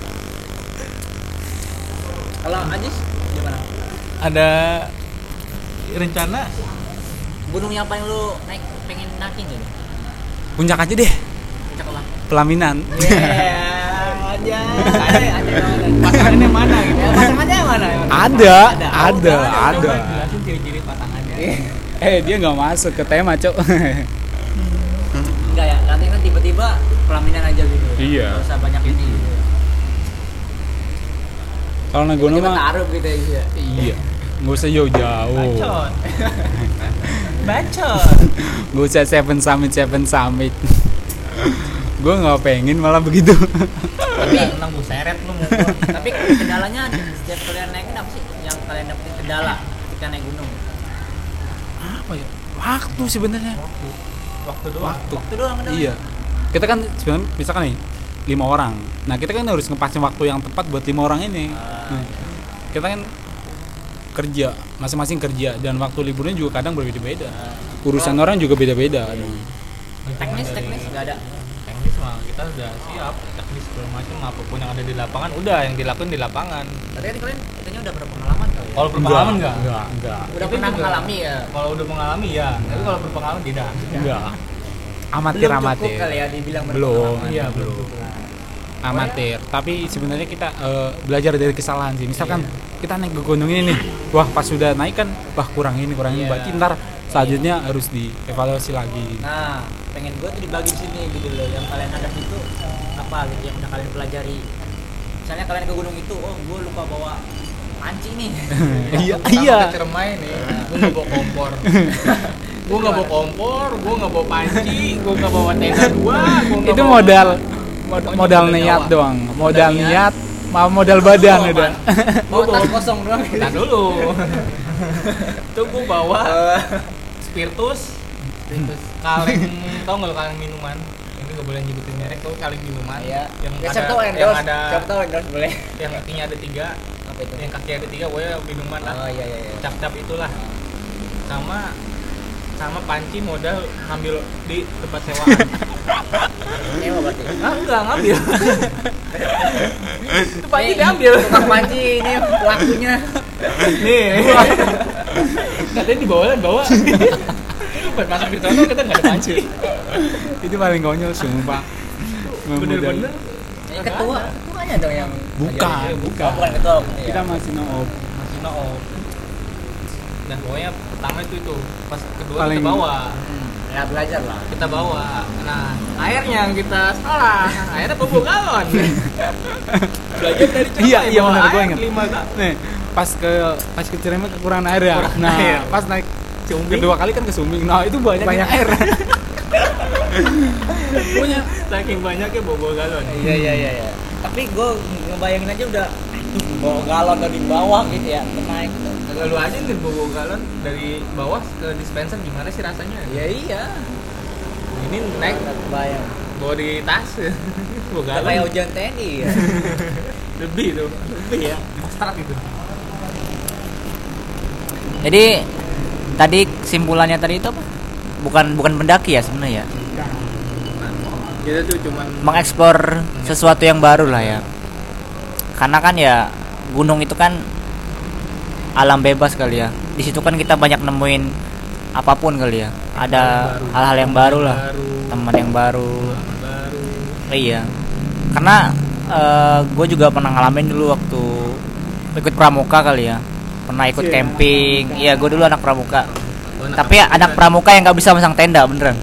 Kalau Ajis gimana? Ada rencana Gunung yang paling lu pengen naikin gitu? Puncak aja deh, Puncak apa? Pelaminan. Aja. pasangannya mana gitu. Ya, pasangannya mana? Ada. Coba jelasin ciri-ciri pasangannya. Dia nggak masuk ke tema, Cok. Enggak ya, nanti kan tiba-tiba pelaminan aja gitu. Iya. Gak usah banyak ini gitu. Kalau naik gunung Tiba mah taruh gitu ya. iya. Nggak usah jauh-jauh. Bacot. Nggak usah Seven Summit. Gue nggak pengen malah begitu. Tapi Tenang gue seret lu mau. tapi kendalanya setiap kalian naikin apa sih yang kalian dapetin kendala ketika naik gunung? Apa ya? Waktu sebenarnya. Waktu doang. Itu doang kendala. Iya. Kita kan sebenarnya misalkan nih 5 orang. Nah, kita kan harus ngepasin waktu yang tepat buat 5 orang ini. Nah, kita kan kerja, masing-masing kerja dan waktu liburnya juga kadang berbeda-beda. Urusan orang juga beda-beda. Teknis enggak ada. Teknis mah kita udah siap, teknis segala macam apapun yang ada di lapangan udah yang dilakuin di lapangan. Berarti kan kalian katanya udah berpengalaman kali ya? Kalau berpengalaman enggak? Enggak. Udah Itu pernah juga. mengalami ya? Kalau udah mengalami ya, tapi kalau berpengalaman tidak. Enggak. Belum cukup Amatir. kali ya dibilang Belum. berpengalaman. Iya, belum. Amatir, tapi sebenarnya kita belajar dari kesalahan sih. Misalkan kita naik ke gunung ini nih, wah pas sudah naik kan, wah kurang ini, Iya. berarti ntar selanjutnya harus dievaluasi lagi. Nah, pengen gue tuh dibagi di sini gitu loh. Yang kalian hadap itu apa gitu yang udah kalian pelajari. Misalnya kalian ke gunung itu, oh gue lupa bawa panci nih. Iya. Cermai nih, gue nggak bawa kompor. Gue nggak bawa kompor, gue nggak bawa panci, gue nggak bawa tenda gua nggak Itu bawa- modal niat doang, modal niat, modal badan udah. Bawa tas kosong doang. Nah dulu. Tuh gue bawa spiritus, kaleng, tau nggak lo kaleng minuman? Ini nggak boleh nyebutin merek, tuh kaleng minuman. Iya. Yang Ya, ada, siapa tahu yang endorse. ada, Siapa tahu endorse boleh. yang kakinya ada 3, Apa itu? yang kaki ada 3, gue minuman lah. Oh iya. Cap-cap itulah. Sama panci modal ngambil di tempat sewaan. Nyewa berarti. Enggak ngambil. Itu panci diambil. Tukang panci ini pelakunya. Nih. Katanya dibawa. Buat masuk di sana kita nggak ada panci. Itu paling konyol sumpah. Bener-bener. Ketuanya dong yang Bukan. Oh, bukan ketua. Kita masih noob. Masih no. Nah pokoknya pertama itu pas kedua Paling- kita bawa. Ya belajar lah. Kita bawa. Nah airnya yang kita salah. Airnya bobo galon. Belajar dari Cermai, Iya bawa benar, gue air ingat. 5 galon. Nih, pas ke Ciremai kekurangan air ya. Kurang Nah, air. pas naik Sumbing. kedua kali kan ke Sumbing. Nah, itu banyak air. Punya saking banyaknya bobo galon. Iya. Tapi gue ngebayangin aja udah bawa galon dari bawah gitu ya, naik. Lalu aja nih bobo galon dari bawah ke dispenser gimana sih rasanya? Iya. Ini naik Bayang. bawa di tas. Bobo Udah galon. kayak ujian TNI ya. Lebih tuh. Lebih ya. Kostrat itu. Jadi tadi kesimpulannya tadi itu apa? Bukan pendaki ya sebenarnya ya. Kita tuh cuman Mengeksplor sesuatu yang baru lah ya. Karena kan ya gunung itu kan alam bebas kali ya. Di situ kan kita banyak nemuin apapun kali ya. Ada hal-hal yang baru lah, teman yang baru. baru. Iya. Karena gue juga pernah ngalamin dulu waktu ikut pramuka kali ya. Pernah ikut camping. Iya, gue dulu anak pramuka. Tapi anak pramuka yang nggak bisa masang tenda beneran.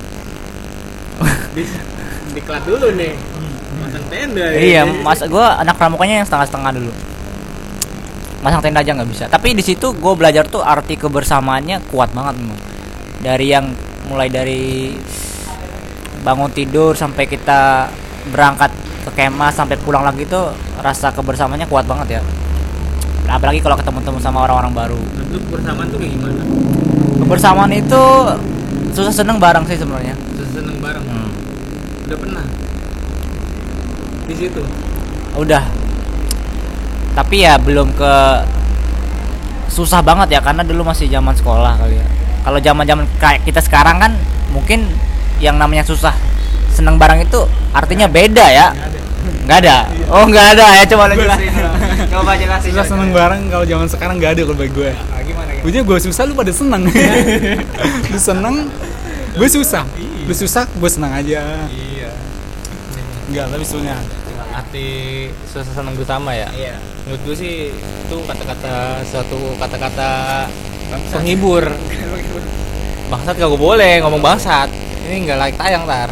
Diklat dulu nih. Masang tenda. Iya, gue anak pramukanya yang setengah-setengah dulu. Masang tenda aja nggak bisa. Tapi di situ gue belajar tuh arti kebersamaannya kuat banget memang. Mulai dari bangun tidur sampai kita berangkat ke kemah sampai pulang lagi tuh rasa kebersamaannya kuat banget ya. Apalagi kalau ketemu sama orang-orang baru. Itu kebersamaan tuh kayak gimana? Kebersamaan itu susah seneng bareng sih sebenarnya. Susah seneng bareng. Udah pernah di situ? Udah. Tapi ya belum ke susah banget ya karena dulu masih zaman sekolah kali ya. Kalau zaman-zaman kayak kita sekarang kan mungkin yang namanya susah seneng bareng itu artinya beda ya. Nggak ada. Oh nggak ada ya, coba jelasin. Coba jelasin. Susah seneng bareng kalau zaman sekarang nggak ada kalau bagi gue. Gimana? Gue susah lu pada seneng. Lu seneng, gue susah. Lu susah, gue senang aja. Iya. Enggak, tapi sebenarnya Arti susah seneng bersama ya. Iya. Menurut gue sih itu suatu kata-kata penghibur. Bangsat gak gue boleh ngomong bangsat. Ini nggak layak tayang tar.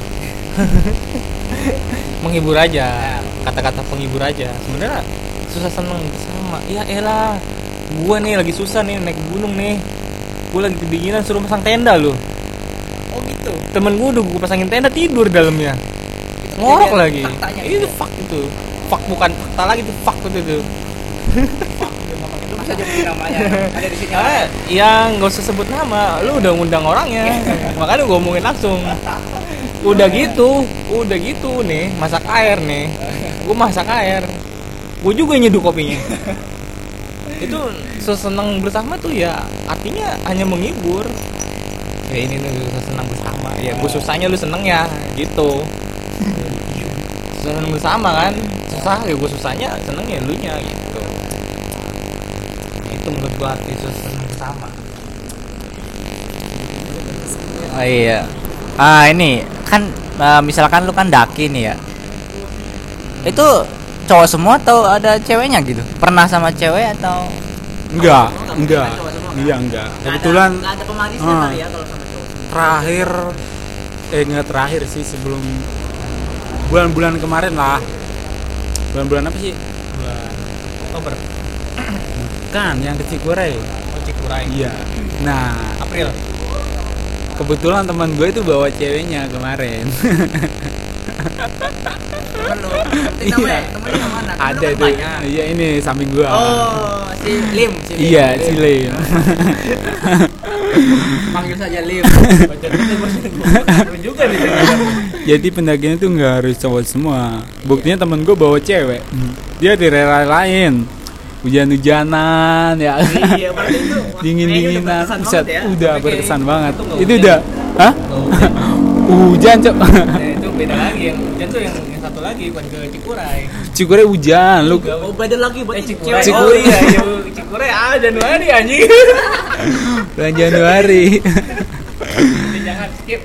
Menghibur aja, kata-kata penghibur aja. Sebenarnya susah seneng bersama. Ya elah, gue nih lagi susah nih naik gunung nih. Gue lagi kedinginan suruh pasang tenda loh. Oh gitu. Temen gue udah gue pasangin tenda tidur dalamnya. Ngorok lagi. Itu fuck itu. Fuck bukan fakta lagi itu fuck itu. Masa jadi namanya ada di sini. Ya nggak usah sebut nama. Lu udah ngundang orangnya. Makanya gue omongin langsung. Udah gitu nih, masak air nih. Gue masak air. Gue juga nyeduh kopinya. Itu senang bersama tuh ya artinya hanya menghibur. Ya ini nih senang bersama. Ya gue susahnya lu seneng ya, gitu. Senang bersama kan, susah ya gue susahnya, seneng ya lu nya gitu. Itu menurut gue arti senang bersama. Oh iya. Ini kan misalkan lu kan daki nih ya. Itu cowok semua atau ada ceweknya gitu? Pernah sama cewek atau enggak. Iya enggak. Kebetulan nggak ada pemanisnya kali ya kalau sama cowok. terakhir enggak terakhir sih, sebelum bulan-bulan kemarin lah. Bulan-bulan apa sih? Bulan Oktober. Kan yang ke Cikuray. Cikuray. Iya. Nah, April. kebetulan teman gue itu bawa ceweknya kemarin. Temen lu. Iya. Temennya yang mana? Ada itu. Iya, ini samping gua. Oh, si Lim. Iya, si Lim. Panggil saja Lim. juga nih. Jadi pendakian itu nggak harus cowok semua. Buktinya temen gue bawa cewek. Dia direla-relain. Hujan-hujanan ya. Iya, berarti itu Dingin-dinginan. Buset, ya. udah Tapi berkesan banget. itu Itu hujan. udah. Hah? Hujan, Cok. Nah, itu beda lagi yang hujan tuh yang satu lagi bukan ke Cikuray. Cikuray hujan, lu. Oh, beda lagi buat Cikuray. Cikuray. Oh iya, Cikuray Januari anjing. Bulan Januari. Jangan skip.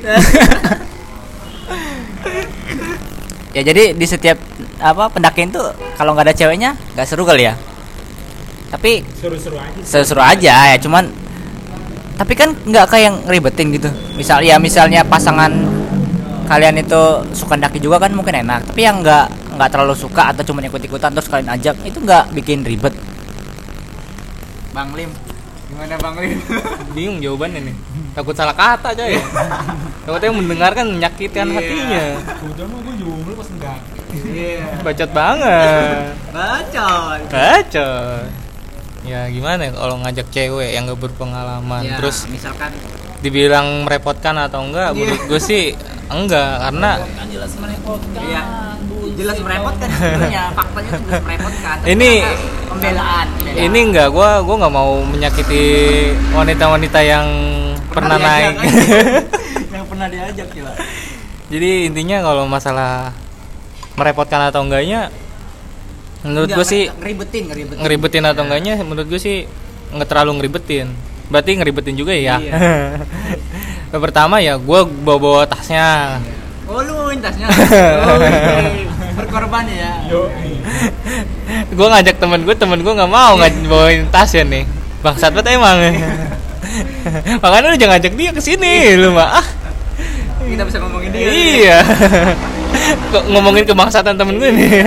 Ya jadi di setiap pendakian tuh kalau nggak ada ceweknya nggak seru kali ya. Tapi Seru-seru aja. seru aja ya, cuman tapi kan nggak kayak yang ribetin gitu. Misalnya pasangan kalian itu suka daki juga kan mungkin enak, tapi yang nggak terlalu suka atau cuma ikut-ikutan terus kalian ajak itu nggak bikin ribet. Bang Lim, gimana Bang Lim? Bingung jawabannya nih. Takut salah kata aja ya. Takutnya yang mendengarkan menyakitkan hatinya. Udah mah gue jomblo pas enggak. Iya. Bacot banget. Bacot. Ya gimana ya kalau ngajak cewek yang gak berpengalaman Ya, terus misalkan dibilang merepotkan atau enggak, menurut gue sih enggak, karena jelas merepotkan. Iya. Jelas merepotkan sebenarnya, faktanya jelas merepotkan. Tapi Ini- karena pembelaan. ini enggak, gue nggak mau menyakiti wanita-wanita yang pernah naik. Yang pernah diajak ya. Jadi intinya kalau masalah merepotkan atau enggaknya, menurut gue sih ngeribetin. ngeribetin atau enggaknya, menurut gue sih nggak terlalu ngeribetin. Berarti ngeribetin juga ya. Iya. Pertama ya gue bawa tasnya. Oh lu tasnya. Oh, iya. Berkorban ya. Gue ngajak temen gue nggak mau bawain tasnya nih. Bangsat banget emang. Makanya lu jangan ngajak dia ke sini lu mah. Kita bisa ngomongin dia. Iya. Kok ngomongin kebangsatan temen gue nih.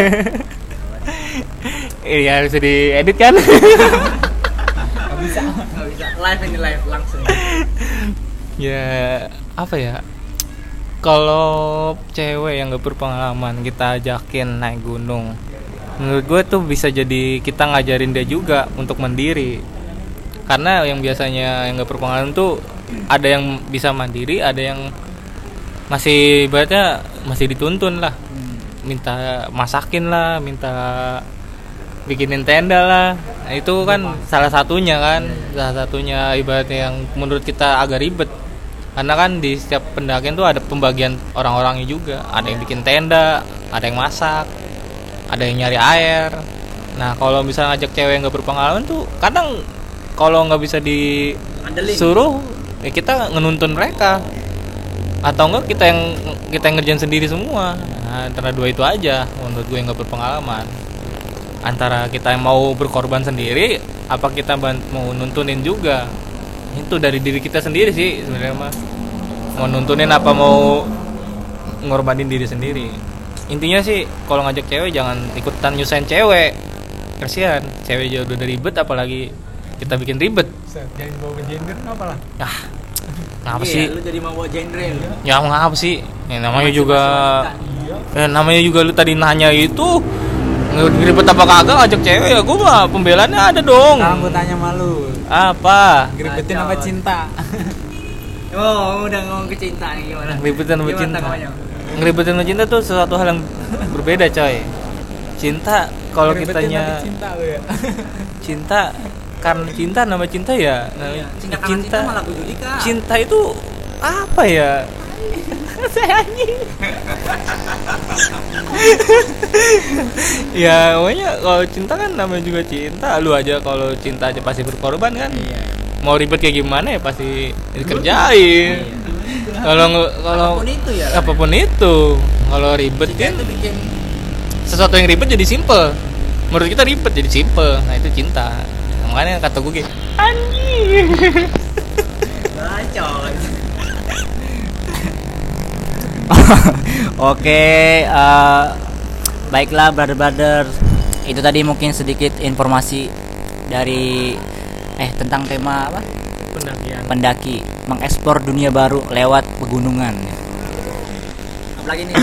Iya bisa diedit kan? Gak bisa. Live ini live langsung. Ya apa ya? Kalau cewek yang gak berpengalaman kita ajakin naik gunung, menurut gue tuh bisa jadi kita ngajarin dia juga untuk mandiri. Karena yang biasanya yang gak berpengalaman tuh ada yang bisa mandiri, ada yang masih ibaratnya masih dituntun lah, minta masakin lah, minta bikinin tenda lah. Nah, itu kan salah satunya ibaratnya yang menurut kita agak ribet. Karena kan di setiap pendakian tuh ada pembagian orang-orangnya juga. Ada yang bikin tenda, ada yang masak, ada yang nyari air. Nah kalau misalnya ngajak cewek yang gak berpengalaman tuh kadang kalau nggak bisa disuruh ya kita ngenuntun mereka, atau enggak kita yang ngerjain sendiri semua. Nah, antara dua itu aja menurut gue yang nggak berpengalaman. Antara kita yang mau berkorban sendiri, apa kita mau nuntunin juga. Itu dari diri kita sendiri sih sebenarnya mah. Mau nuntunin apa mau ngorbanin diri sendiri. Intinya sih kalau ngajak cewek jangan ikutan nyusahin cewek. Kasihan, cewek aja udah ribet apalagi kita bikin ribet. Jangan bawa gender apa lah. Ah, ngapa sih? Lu jadi mau bawa genre lu. Ya ngapa sih? Ya, namanya juga lu tadi nanya itu ribet apa kagak ngajak cewek ya, gue mah pembelaannya ada dong. Sekarang gue tanya malu. Apa? Ngeribetin apa cinta? Oh, udah ngomong ke cinta nih gimana? Ngeribetin apa Gimana cinta? tanggapannya? Ngeribetin sama cinta tuh sesuatu hal yang berbeda coy. Cinta kalau kitanya cinta lu ya. cinta karena cinta, nama cinta ya Iya. Cinta malah Bu Judika. Cinta itu apa ya? Saya anjing. Ya pokoknya kalau cinta kan namanya juga cinta. Lu aja kalau cinta aja pasti berkorban kan. Iya. Mau ribet kayak gimana ya pasti dikerjain. Kalau Apapun itu ya. apapun itu kalau ribet Cinta kan itu bikin sesuatu yang ribet jadi simple. Menurut kita ribet jadi simple. Nah itu cinta. Makanya kata gue gitu, anjing. bacot. Oke, baiklah brother-brother. Itu tadi mungkin sedikit informasi dari tentang tema apa? Pendaki mengeksplor dunia baru lewat pegunungan. Apalagi nih?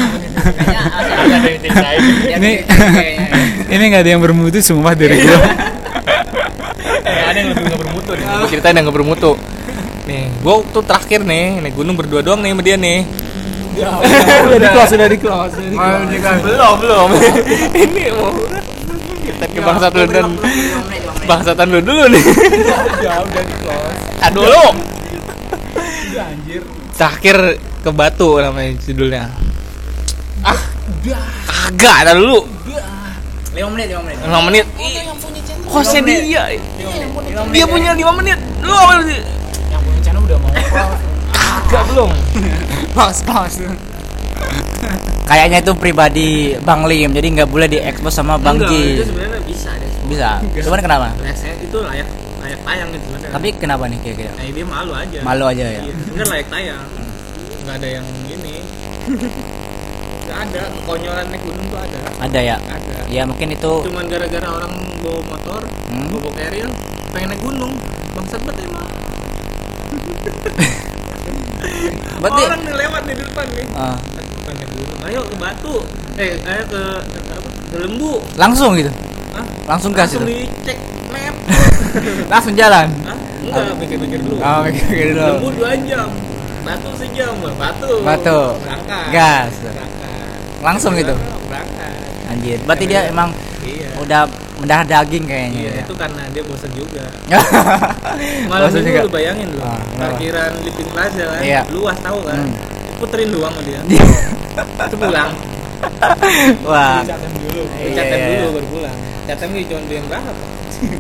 Ini nggak ada yang bermutu sumpah dari gue. Ada yang lebih nggak bermutu nih. Ceritain yang nggak bermutu. Nih, gue waktu terakhir nih naik gunung berdua doang nih sama dia nih. Sudah di kelas. Belum. Ini mau kita ke bangsatan lu dan bangsatan lu dulu nih. Ya udah di kelas. Dulu. Udah anjir. Terakhir ke Batu namanya judulnya. Kagak, tar dulu. 5 menit. 5 menit. Hostnya dia. Dia punya 5 menit. Lu apa sih? Yang punya channel udah mau. Kagak belum. Pause. Kayaknya itu pribadi Bang Lim, jadi nggak boleh diekspos sama Bang Ji. Itu sebenarnya bisa deh. Bisa. Cuman kenapa? Saya itu layak tayang gitu sebenarnya. Tapi kenapa nih kira-kira? Nah, dia malu aja. Malu aja ya. Iya, sebenarnya layak tayang. Enggak ada yang gini. Enggak ada konyolan naik gunung tuh ada. Ada ya. Ada. Ya mungkin itu. Cuman gara-gara orang bawa motor, bawa carrier, pengen naik gunung. Bangsat banget emang. Berarti Orang nih lewat nih di depan nih. Pengen naik gunung. Ayo ke Batu. Ayo ke apa? Ke Lembu. langsung gitu. Hah? Langsung gas Langsung itu. dicek map. Langsung jalan. Hah? Enggak, mikir-mikir dulu. Oh, mikir dulu. Lembu 2 jam. Batu sejam. Batu. Berangkat. Gas. Berangkat. Langsung gitu. Berangkat. Anjir. Berarti dia emang Iya. udah mendarah daging kayaknya. Iya, ya. itu karena dia bosan juga. Malam Malam itu lu bayangin lu. Ah, kenapa? Parkiran Living Plaza kan, Iya. luas tahu kan. Puterin doang sama dia. Itu pulang. Wah. Catem Iya. dulu baru pulang. Catem gue cuma beli yang berapa?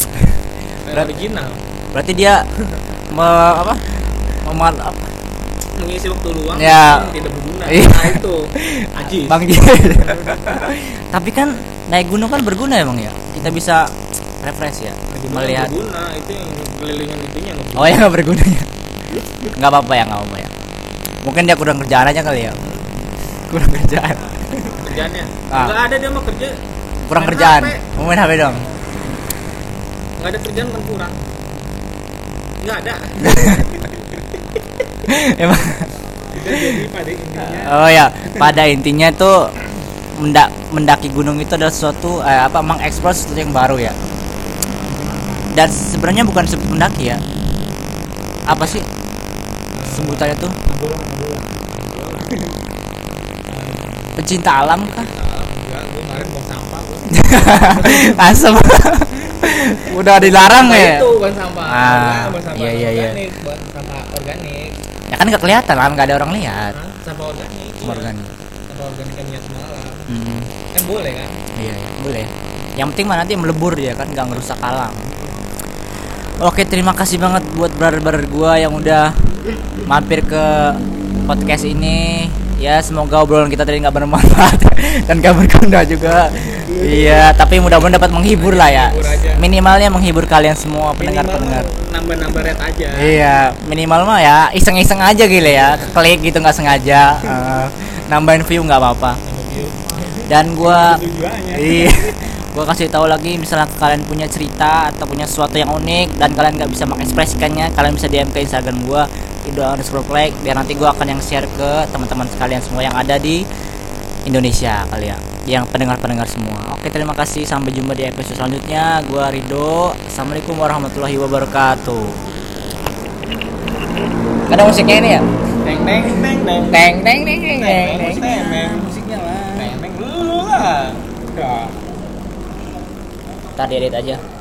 Yang original. Berarti dia apa? mengisi waktu luang Ya. yang tidak berguna. Iya. Nah itu ajis. Bang Tapi kan naik gunung kan berguna emang ya. Kita bisa refresh ya, melihat. Berguna itu yang kelilingan itunya yang Oh ya nggak berguna ya. Nggak apa-apa ya, nggak apa-apa ya. Mungkin dia kurang kerjaan aja kali ya. Kurang kerjaan. kerjaannya. Ah. Enggak ada dia mah kerja. Kurang Main kerjaan. HP. Mau main HP dong. Enggak ada kerjaan kan kurang. Enggak ada. Emang. Jadi pada intinya Oh ya, pada intinya tuh mendaki gunung itu adalah sesuatu mengeksplor sesuatu yang baru ya. Dan sebenarnya bukan disebut mendaki ya. Apa sih sebutannya tuh? Pecinta alam kah? enggak, gue kemarin buang sampah gua. Asem. Udah dilarang Sampah ya. Itu bukan sampah. Ah, Enggak, bukan sampah iya. organik, bukan sampah organik. Ya kan nggak kelihatan kan, nggak ada orang lihat. Hah? Sampah organik. Iya. Organik. Sampah organik kan niat semalam. Hmm, Kan boleh kan? iya, boleh. Yang penting mah nanti melebur dia kan, nggak ngerusak alam. Oke, terima kasih banget buat brother-brother gua yang udah mampir ke podcast ini. Ya, semoga obrolan kita tadi nggak bermanfaat dan nggak berguna juga. Iya, tapi mudah-mudahan dapat menghibur lah ya. Menghibur aja. Minimalnya menghibur kalian semua pendengar-pendengar. Nambah-nambah red aja. Iya, minimal mah ya iseng-iseng aja gitu ya, klik gitu nggak sengaja, nambahin view nggak apa-apa. Dan gua, iya, gua kasih tahu lagi, misalnya kalian punya cerita atau punya sesuatu yang unik dan kalian nggak bisa mengekspresikannya, kalian bisa DM ke Instagram gua @ido_flag, biar nanti gua akan yang share ke teman-teman sekalian semua yang ada di Indonesia kali ya, yang pendengar-pendengar semua. Oke, terima kasih, sampai jumpa di episode selanjutnya. Gua Rido, assalamualaikum warahmatullahi wabarakatuh. Gak ada musiknya ini ya? Teng teng teng teng Teng teng teng teng teng. musiknya. Musiknya lah. Teng teng dulu lah. Ya. Ntar diedit aja.